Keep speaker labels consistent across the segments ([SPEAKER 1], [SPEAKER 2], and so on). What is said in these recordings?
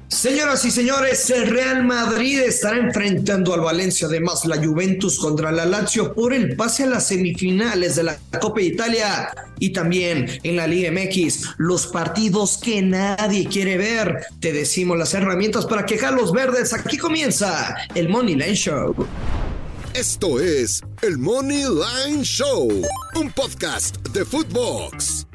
[SPEAKER 1] Señoras y señores, el Real Madrid estará enfrentando al Valencia, además la Juventus contra la Lazio por el pase a las semifinales de la Copa de Italia y también en la Liga MX, los partidos que nadie quiere ver. Te decimos las herramientas para quejar los verdes. Aquí comienza el Money Line Show.
[SPEAKER 2] Esto es el Money Line Show, un podcast de Footbox.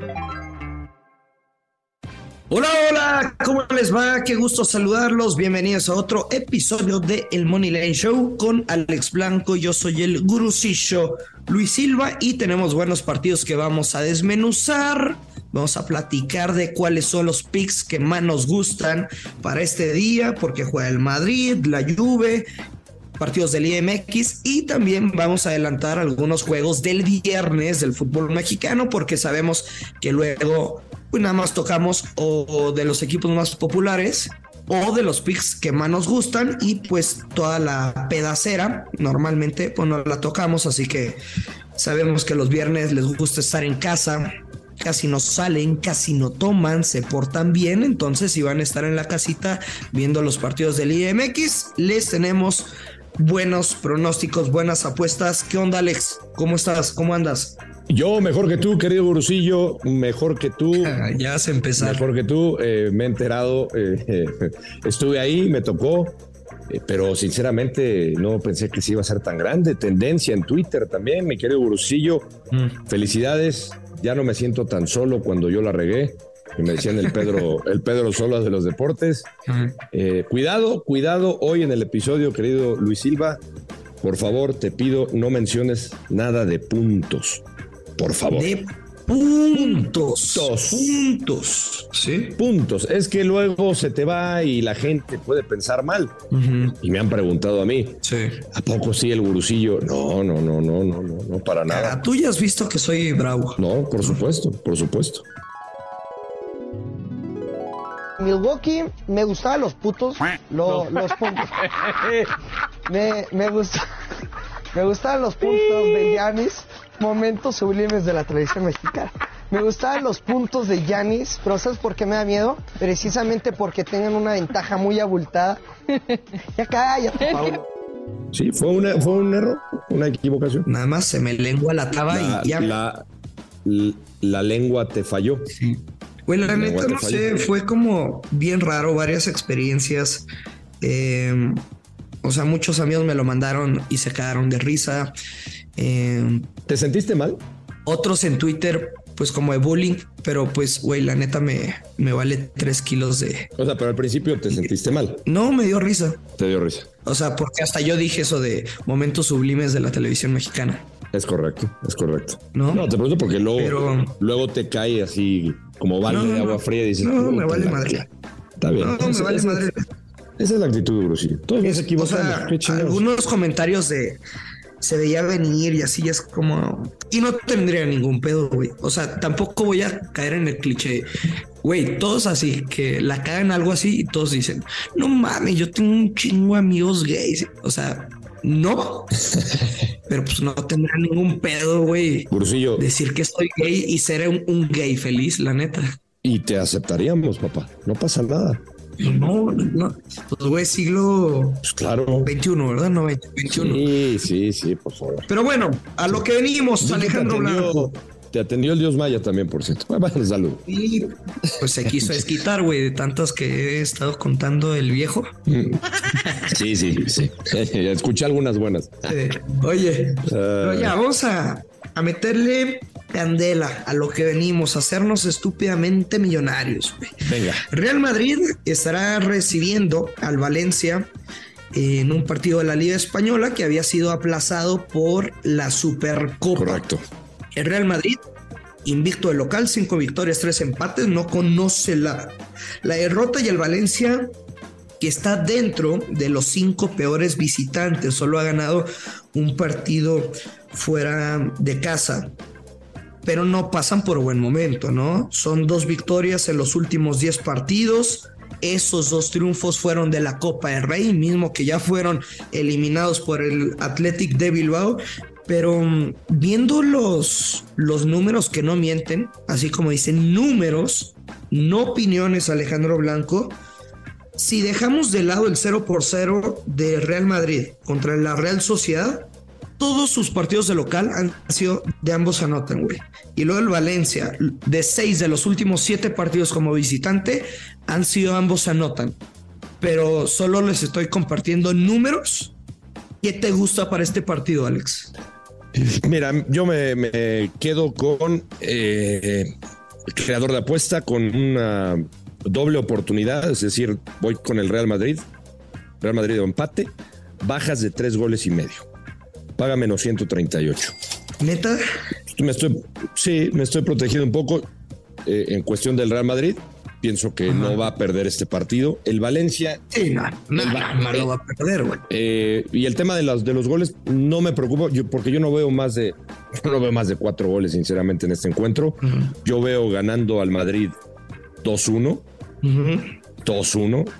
[SPEAKER 1] Hola, hola, ¿cómo les va? Qué gusto saludarlos. Bienvenidos a otro episodio de El Money Line Show con Alex Blanco. Yo soy el gurucillo Luis Silva y tenemos buenos partidos que vamos a desmenuzar. Vamos a platicar de cuáles son los picks que más nos gustan para este día, porque juega el Madrid, la Juve, partidos del IMX, y también vamos a adelantar algunos juegos del viernes del fútbol mexicano, porque sabemos que luego pues nada más tocamos o de los equipos más populares o de los picks que más nos gustan, y pues toda la pedacera normalmente pues no la tocamos, así que sabemos que los viernes les gusta estar en casa, casi no salen, casi no toman, se portan bien. Entonces si van a estar en la casita viendo los partidos del IMX, les tenemos buenos pronósticos, buenas apuestas. ¿Qué onda, Alex? ¿Cómo estás? ¿Cómo andas?
[SPEAKER 3] Yo mejor que tú, querido gurucillo, mejor que tú.
[SPEAKER 1] Ya vas a empezar.
[SPEAKER 3] Mejor que tú, me he enterado, estuve ahí, me tocó, pero sinceramente no pensé que se iba a ser tan grande. Tendencia en Twitter también, mi querido gurucillo. Felicidades, ya no me siento tan solo cuando yo la regué. Y me decían el Pedro Solas de los deportes. Cuidado hoy en el episodio, querido Luis Silva. Por favor, te pido, no menciones nada de puntos. Por favor.
[SPEAKER 1] De puntos.
[SPEAKER 3] Sí. Puntos. Es que luego se te va y la gente puede pensar mal. Y me han preguntado a mí.
[SPEAKER 1] Sí.
[SPEAKER 3] ¿A poco sí el gurucillo? No, para nada.
[SPEAKER 1] Tú ya has visto que soy bravo.
[SPEAKER 3] No, por supuesto.
[SPEAKER 4] Milwaukee, me gustaban los putos, los puntos. Me gustaban los puntos de Giannis, momentos sublimes de la tradición mexicana. Me gustaban los puntos de Giannis, pero ¿sabes por qué me da miedo? Precisamente porque tengan una ventaja muy abultada. Ya cállate, Paulo.
[SPEAKER 3] Sí, fue un error, una equivocación.
[SPEAKER 1] Nada más se me lengua la taba y ya.
[SPEAKER 3] La lengua te falló.
[SPEAKER 1] Sí. Bueno, la neta no sé, fue como bien raro, varias experiencias. O sea, muchos amigos me lo mandaron y se quedaron de risa.
[SPEAKER 3] ¿Te sentiste mal?
[SPEAKER 1] Otros en Twitter, pues como de bullying, pero pues, güey, la neta me vale 3 kilos de...
[SPEAKER 3] O sea, pero al principio te sentiste mal.
[SPEAKER 1] No, me dio risa.
[SPEAKER 3] Te dio risa.
[SPEAKER 1] O sea, porque hasta yo dije eso de momentos sublimes de la televisión mexicana.
[SPEAKER 3] Es correcto.
[SPEAKER 1] No,
[SPEAKER 3] te pregunto porque luego te cae así como balde de agua fría y dices...
[SPEAKER 1] No, me vale madre.
[SPEAKER 3] Está bien.
[SPEAKER 1] No, me vale madre.
[SPEAKER 3] Esa es la actitud de Brusillo. Todos nos equivocamos.
[SPEAKER 1] O sea, algunos comentarios de se veía venir y así es como... Y no tendría ningún pedo, güey. O sea, tampoco voy a caer en el cliché. Güey, todos así, que la cagan algo así y todos dicen, no mames, yo tengo un chingo de amigos gays. O sea, no. Pero pues no tendrá ningún pedo, güey.
[SPEAKER 3] Brusillo.
[SPEAKER 1] Decir que soy gay y ser un gay feliz, la neta.
[SPEAKER 3] Y te aceptaríamos, papá. No pasa nada.
[SPEAKER 1] No. Pues, güey, siglo
[SPEAKER 3] pues claro.
[SPEAKER 1] 21, ¿verdad? No, 21.
[SPEAKER 3] Sí, por favor.
[SPEAKER 1] Pero bueno, a lo que venimos, sí, Alejandro Blanco.
[SPEAKER 3] Te atendió el Dios Maya también, por cierto. Bueno, salud.
[SPEAKER 1] Y pues se quiso desquitar, güey, de tantas que he estado contando el viejo.
[SPEAKER 3] Sí. Escuché algunas buenas.
[SPEAKER 1] Oye, pero ya, vamos a meterle candela a lo que venimos, a hacernos estúpidamente millonarios, güey.
[SPEAKER 3] Venga.
[SPEAKER 1] Real Madrid estará recibiendo al Valencia en un partido de la Liga Española que había sido aplazado por la Supercopa.
[SPEAKER 3] Correcto.
[SPEAKER 1] El Real Madrid, invicto de local, 5 victorias, 3 empates, no conoce la derrota, y el Valencia, que está dentro de los 5 peores visitantes, solo ha ganado un partido fuera de casa, pero no pasan por buen momento, ¿no? Son 2 victorias en los últimos 10 partidos. Esos 2 triunfos fueron de la Copa del Rey, mismo que ya fueron eliminados por el Athletic de Bilbao. Pero viendo los números que no mienten, así como dicen números, no opiniones, Alejandro Blanco, si dejamos de lado el 0-0 de Real Madrid contra la Real Sociedad, todos sus partidos de local han sido de ambos anotan, güey. Y luego el Valencia, de 6 de los últimos 7 partidos como visitante, han sido ambos anotan. Pero solo les estoy compartiendo números. ¿Qué te gusta para este partido, Alex?
[SPEAKER 3] Mira, yo me quedo con creador de apuesta, con una doble oportunidad, es decir, voy con el Real Madrid o empate, bajas de 3 goles y medio. Paga menos 138.
[SPEAKER 1] ¿Neta?
[SPEAKER 3] Me estoy protegiendo un poco en cuestión del Real Madrid. Pienso que no va a perder este partido. El Valencia...
[SPEAKER 1] Sí, no lo va a perder, güey.
[SPEAKER 3] Y el tema de los goles no me preocupa, porque yo no veo más de 4 goles, sinceramente, en este encuentro. Yo veo ganando al Madrid 2-1. 2-1.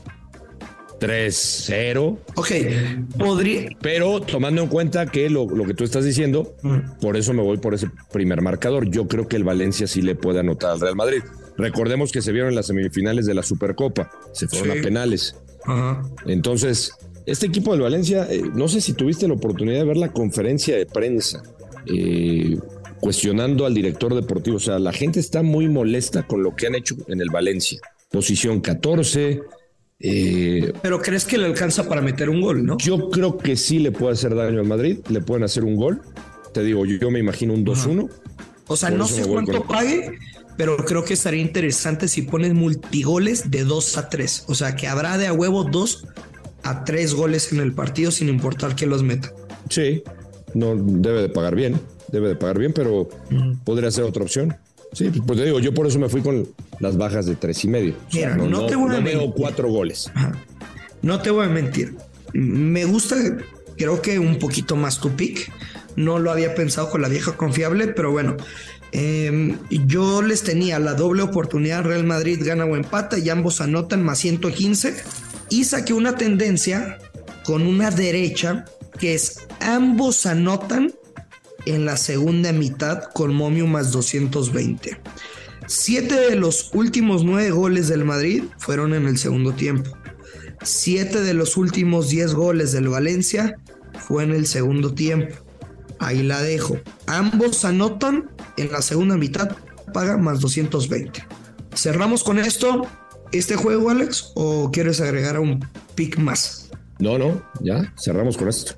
[SPEAKER 3] 3-0.
[SPEAKER 1] Ok, podría.
[SPEAKER 3] Pero tomando en cuenta que lo que tú estás diciendo, por eso me voy por ese primer marcador. Yo creo que el Valencia sí le puede anotar al Real Madrid. Recordemos que se vieron en las semifinales de la Supercopa, se fueron a penales. Entonces, este equipo del Valencia, no sé si tuviste la oportunidad de ver la conferencia de prensa, cuestionando al director deportivo. O sea, la gente está muy molesta con lo que han hecho en el Valencia. Posición 14.
[SPEAKER 1] Pero crees que le alcanza para meter un gol, ¿no?
[SPEAKER 3] Yo creo que sí le puede hacer daño al Madrid, le pueden hacer un gol. Te digo, yo me imagino un 2-1.
[SPEAKER 1] O sea, no sé cuánto pague, pero creo que estaría interesante si pones multigoles de 2-3. O sea, que habrá de a huevo 2-3 goles en el partido sin importar que los meta.
[SPEAKER 3] Sí, no debe de pagar bien, pero podría ser otra opción. Sí, pues te digo, yo por eso me fui con las bajas de 3.5.
[SPEAKER 1] Mira,
[SPEAKER 3] o sea,
[SPEAKER 1] no te voy a mentir.
[SPEAKER 3] Veo 4 goles.
[SPEAKER 1] No te voy a mentir. Me gusta, creo que un poquito más tu pick. No lo había pensado con la vieja confiable, pero bueno. Yo les tenía la doble oportunidad. Real Madrid gana o empata y ambos anotan más 115. Y saqué una tendencia con una derecha que es ambos anotan en la segunda mitad con momio más 220. 7 de los últimos 9 goles del Madrid fueron en el segundo tiempo. 7 de los últimos 10 goles del Valencia fue en el segundo tiempo. Ahí la dejo. Ambos anotan en la segunda mitad, paga más 220. ¿Cerramos con esto este juego, Alex? ¿O quieres agregar un pick más?
[SPEAKER 3] No, ya, cerramos con esto.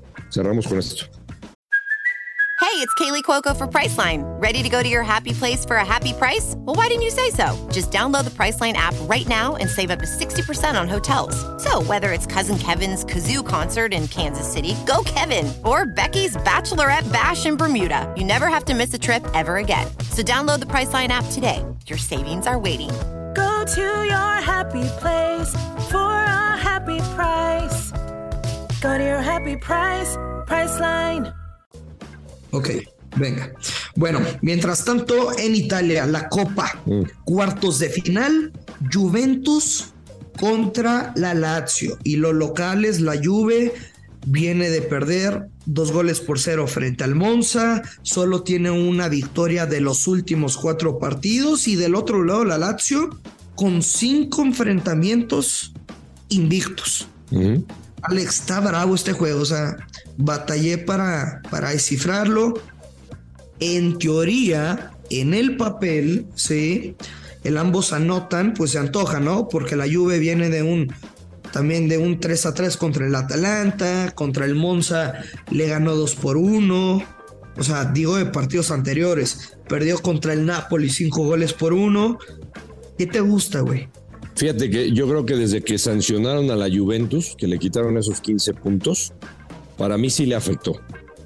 [SPEAKER 5] Hey, it's Kaylee Cuoco for Priceline. Ready to go to your happy place for a happy price? Well, why didn't you say so? Just download the Priceline app right now and save up to 60% on hotels. So whether it's Cousin Kevin's Kazoo Concert in Kansas City, go Kevin, or Becky's Bachelorette Bash in Bermuda, you never have to miss a trip ever again. So download the Priceline app today. Your savings are waiting.
[SPEAKER 6] Go to your happy place for a happy price. Go to your happy price, Priceline.
[SPEAKER 1] Ok, venga. Bueno, mientras tanto, en Italia, la Copa, cuartos de final, Juventus contra la Lazio. Y los locales, la Juve, viene de perder 2-0 frente al Monza, solo tiene una victoria de los últimos 4 partidos. Y del otro lado, la Lazio, con 5 enfrentamientos invictos. Alex, está bravo este juego, o sea, batallé para descifrarlo. En teoría, en el papel, sí, el ambos anotan, pues se antoja, ¿no? Porque la Juve viene también de un 3-3 contra el Atalanta, contra el Monza le ganó 2-1, o sea, digo de partidos anteriores, perdió contra el Napoli 5-1. ¿Qué te gusta, güey?
[SPEAKER 3] Fíjate que yo creo que desde que sancionaron a la Juventus, que le quitaron esos 15 puntos, para mí sí le afectó.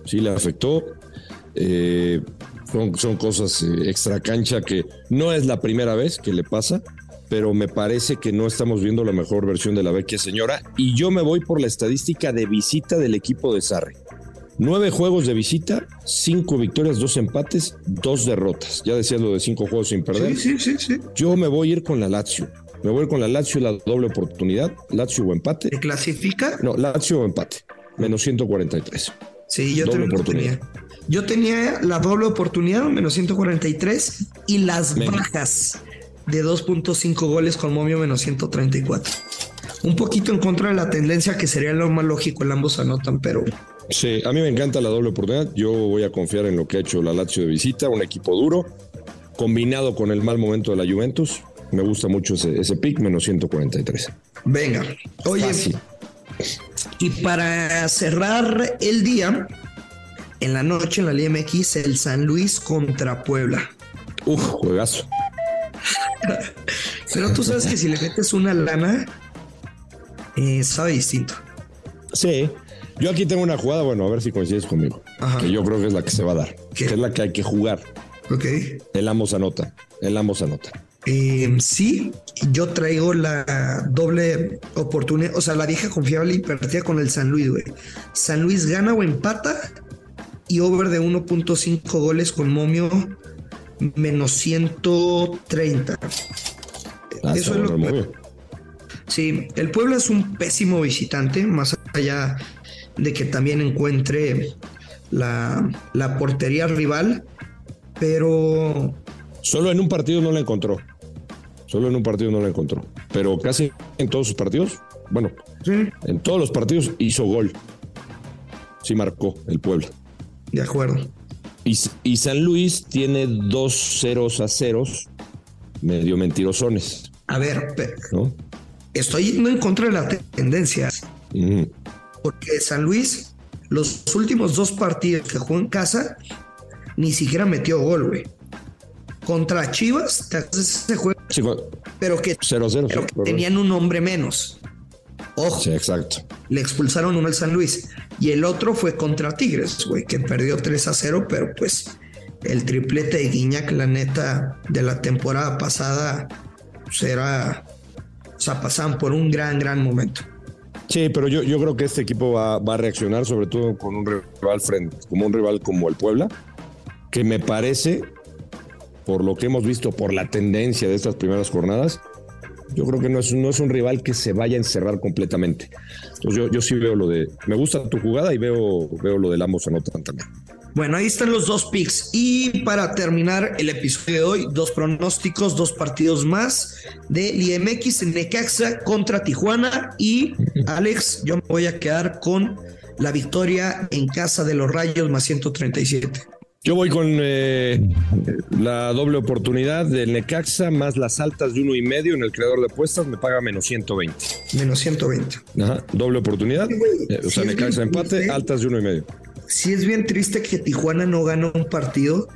[SPEAKER 3] Son cosas extra cancha que no es la primera vez que le pasa, pero me parece que no estamos viendo la mejor versión de la vecchia señora. Y yo me voy por la estadística de visita del equipo de Sarri. 9 juegos de visita, 5 victorias, 2 empates, 2 derrotas. Ya decías lo de 5 juegos sin perder.
[SPEAKER 1] Sí.
[SPEAKER 3] Yo me voy a ir con la Lazio. Me voy con la Lazio, la doble oportunidad. Lazio o empate.
[SPEAKER 1] ¿Te clasifica?
[SPEAKER 3] No, Lazio o empate. Menos 143.
[SPEAKER 1] Sí, yo también lo tenía. Yo tenía la doble oportunidad, menos 143. Y las bajas de 2.5 goles con momio menos 134. un poquito en contra de la tendencia, que sería lo más lógico, el ambos anotan, pero...
[SPEAKER 3] Sí, a mí me encanta la doble oportunidad. Yo voy a confiar en lo que ha hecho la Lazio de visita, un equipo duro, combinado con el mal momento de la Juventus. Me gusta mucho ese pick, menos 143.
[SPEAKER 1] Venga, oye,
[SPEAKER 3] Fácil.
[SPEAKER 1] Y para cerrar el día, en la noche en la Liga MX, el San Luis contra Puebla.
[SPEAKER 3] Juegazo.
[SPEAKER 1] Pero tú sabes que si le metes una lana, sabe distinto.
[SPEAKER 3] Sí, yo aquí tengo una jugada, bueno, a ver si coincides conmigo.
[SPEAKER 1] Ajá.
[SPEAKER 3] Que yo creo que es la que se va a dar,
[SPEAKER 1] ¿Qué?
[SPEAKER 3] que es la que hay que jugar.
[SPEAKER 1] Ok.
[SPEAKER 3] El ambos anota.
[SPEAKER 1] Sí, yo traigo la doble oportunidad, o sea, la vieja confiable invertida con el San Luis, güey. San Luis gana o empata y over de 1.5 goles con momio menos 130. Eso es lo que... Sí, el Puebla es un pésimo visitante, más allá de que también encuentre la portería rival, pero...
[SPEAKER 3] Solo en un partido no la encontró. Pero casi en todos sus partidos, bueno,
[SPEAKER 1] sí,
[SPEAKER 3] en todos los partidos hizo gol. Sí marcó el Puebla.
[SPEAKER 1] De acuerdo.
[SPEAKER 3] Y San Luis tiene 2-0 medio mentirosones.
[SPEAKER 1] A ver,
[SPEAKER 3] ¿no?
[SPEAKER 1] Estoy yendo en contra de la tendencia.
[SPEAKER 3] Uh-huh.
[SPEAKER 1] Porque San Luis, los últimos 2 partidos que jugó en casa, ni siquiera metió gol, güey. Contra Chivas, se juega,
[SPEAKER 3] Sí,
[SPEAKER 1] pero que,
[SPEAKER 3] 0-0,
[SPEAKER 1] pero que tenían un hombre menos. Ojo.
[SPEAKER 3] Sí, exacto.
[SPEAKER 1] Le expulsaron uno al San Luis. Y el otro fue contra Tigres, güey, que perdió 3-0, pero pues el triplete de Guiñac, la neta, de la temporada pasada, pues era... O sea, pasaban por un gran momento.
[SPEAKER 3] Sí, pero yo creo que este equipo va a reaccionar, sobre todo con un rival como el Puebla, que me parece, por lo que hemos visto, por la tendencia de estas primeras jornadas, yo creo que no es un rival que se vaya a encerrar completamente. Entonces yo sí veo lo de... Me gusta tu jugada y veo lo del ambos anotan también.
[SPEAKER 1] Bueno, ahí están los 2 picks. Y para terminar el episodio de hoy, 2 pronósticos, 2 partidos más de Liga MX, Necaxa contra Tijuana. Y Alex, yo me voy a quedar con la victoria en casa de los Rayos más 137.
[SPEAKER 3] Yo voy con la doble oportunidad del Necaxa más las altas de 1.5 en el creador de apuestas, me paga menos 120.
[SPEAKER 1] Menos 120.
[SPEAKER 3] Ajá, doble oportunidad. O sea, Necaxa empate, altas de 1.5.
[SPEAKER 1] Sí, es bien triste que Tijuana no gana un partido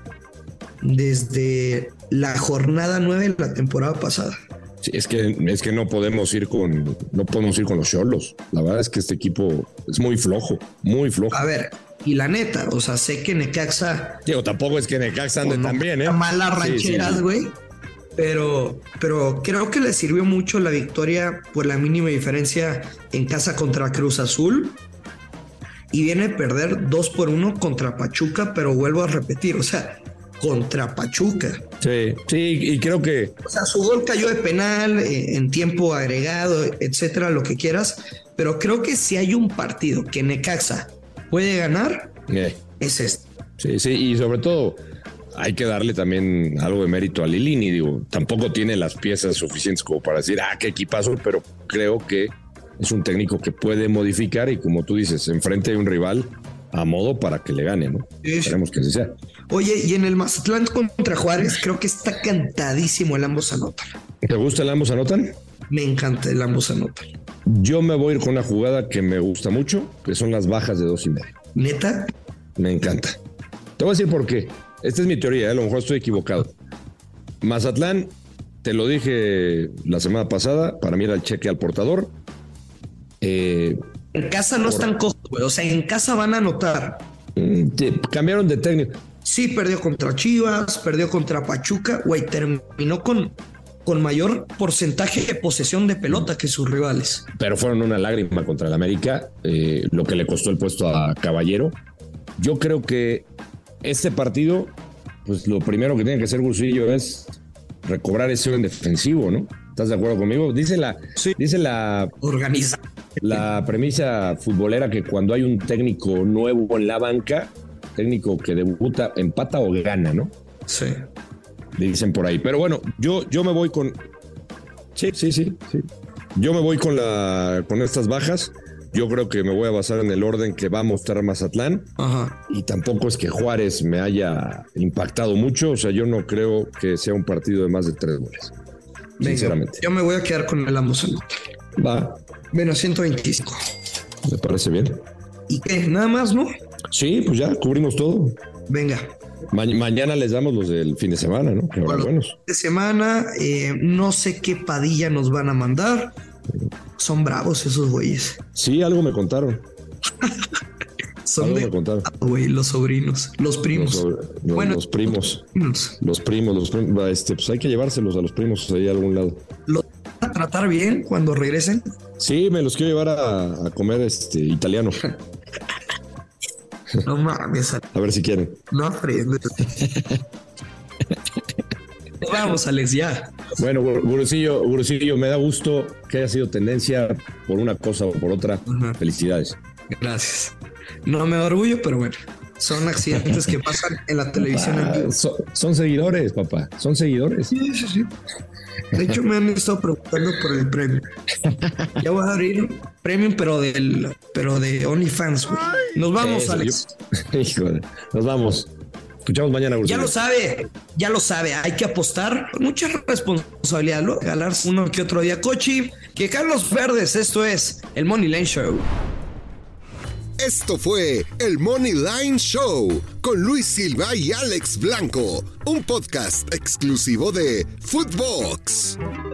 [SPEAKER 1] desde la jornada 9 de la temporada pasada.
[SPEAKER 3] Sí, es que no podemos ir con los Xolos. La verdad es que este equipo es muy flojo. A
[SPEAKER 1] ver, y la neta, o sea, sé que Necaxa...
[SPEAKER 3] Digo, tampoco es que Necaxa ande tan bien, ¿eh?
[SPEAKER 1] Malas rancheras, güey. Sí. Pero creo que le sirvió mucho la victoria por la mínima diferencia en casa contra Cruz Azul. Y viene a perder 2-1 contra Pachuca, pero vuelvo a repetir, o sea, contra Pachuca.
[SPEAKER 3] Sí, y creo que...
[SPEAKER 1] O sea, su gol cayó de penal en tiempo agregado, etcétera, lo que quieras, pero creo que si hay un partido que Necaxa puede ganar, es este.
[SPEAKER 3] Sí, y sobre todo hay que darle también algo de mérito a Lilini, digo, tampoco tiene las piezas suficientes como para decir, qué equipazo, pero creo que es un técnico que puede modificar y como tú dices, enfrente de un rival a modo para que le gane, ¿no? Sí. Esperemos que así sea.
[SPEAKER 1] Oye, y en el Mazatlán contra Juárez, creo que está cantadísimo el ambos anotan.
[SPEAKER 3] ¿Te gusta el ambos anotan?
[SPEAKER 1] Me encanta el ambos anotan.
[SPEAKER 3] Yo me voy a ir con una jugada que me gusta mucho, que son las bajas de 2.5.
[SPEAKER 1] ¿Neta?
[SPEAKER 3] Me encanta. Te voy a decir por qué. Esta es mi teoría, a lo mejor estoy equivocado. Mazatlán, te lo dije la semana pasada, para mí era el cheque al portador.
[SPEAKER 1] En casa no están cojos, güey. O sea, en casa van a anotar.
[SPEAKER 3] Cambiaron de técnico.
[SPEAKER 1] Sí, perdió contra Chivas, perdió contra Pachuca, güey. Terminó con mayor porcentaje de posesión de pelota que sus rivales.
[SPEAKER 3] Pero fueron una lágrima contra el América, lo que le costó el puesto a Caballero. Yo creo que este partido, pues lo primero que tiene que hacer Gurusillo es recobrar ese orden defensivo, ¿no? ¿Estás de acuerdo conmigo? Dice la
[SPEAKER 1] organiza.
[SPEAKER 3] La premisa futbolera que cuando hay un técnico nuevo en la banca, técnico que debuta, empata o gana, ¿no?
[SPEAKER 1] Sí.
[SPEAKER 3] Dicen por ahí. Pero bueno, yo me voy con... Sí. Yo me voy con estas bajas. Yo creo que me voy a basar en el orden que va a mostrar Mazatlán.
[SPEAKER 1] Ajá.
[SPEAKER 3] Y tampoco es que Juárez me haya impactado mucho. O sea, yo no creo que sea un partido de más de 3 goles.
[SPEAKER 1] Venga,
[SPEAKER 3] sinceramente.
[SPEAKER 1] Yo me voy a quedar con el ambos anotan.
[SPEAKER 3] Va.
[SPEAKER 1] Bueno, 125.
[SPEAKER 3] Me parece bien.
[SPEAKER 1] ¿Y qué? ¿Nada más, no?
[SPEAKER 3] Sí, pues ya cubrimos todo.
[SPEAKER 1] Venga.
[SPEAKER 3] Mañana les damos los del fin de semana, ¿no? Que habrá buenos.
[SPEAKER 1] De semana, no sé qué Padilla nos van a mandar. Son bravos esos güeyes.
[SPEAKER 3] Sí, algo me contaron.
[SPEAKER 1] Son
[SPEAKER 3] algo
[SPEAKER 1] de...
[SPEAKER 3] me contaron.
[SPEAKER 1] Güey, los sobrinos, los primos.
[SPEAKER 3] Los primos. Los primos. Pues hay que llevárselos a los primos ahí a algún lado.
[SPEAKER 1] ¿Los van a tratar bien cuando regresen?
[SPEAKER 3] Sí, me los quiero llevar a comer italiano.
[SPEAKER 1] No mames.
[SPEAKER 3] A ver si quieren.
[SPEAKER 1] No aprendes. Vamos, Alex, ya.
[SPEAKER 3] Bueno, Gurusillo, me da gusto que haya sido tendencia por una cosa o por otra.
[SPEAKER 1] Ajá.
[SPEAKER 3] Felicidades.
[SPEAKER 1] Gracias. No me da orgullo, pero bueno, son accidentes que pasan en la televisión en vivo.
[SPEAKER 3] Son seguidores, papá. Son seguidores.
[SPEAKER 1] Sí. De hecho, me han estado preguntando por el premio. Ya voy a abrir premium, pero de OnlyFans, güey. Nos vamos, Alex.
[SPEAKER 3] Híjole, nos vamos. Escuchamos mañana, Gurusillo.
[SPEAKER 1] Ya lo sabe. Hay que apostar con mucha responsabilidad, ¿no? Ganar uno que otro día. Cochi, que Carlos Verdes, esto es el Money Line Show.
[SPEAKER 2] Esto fue el Money Line Show con Luis Silva y Alex Blanco, un podcast exclusivo de Footbox.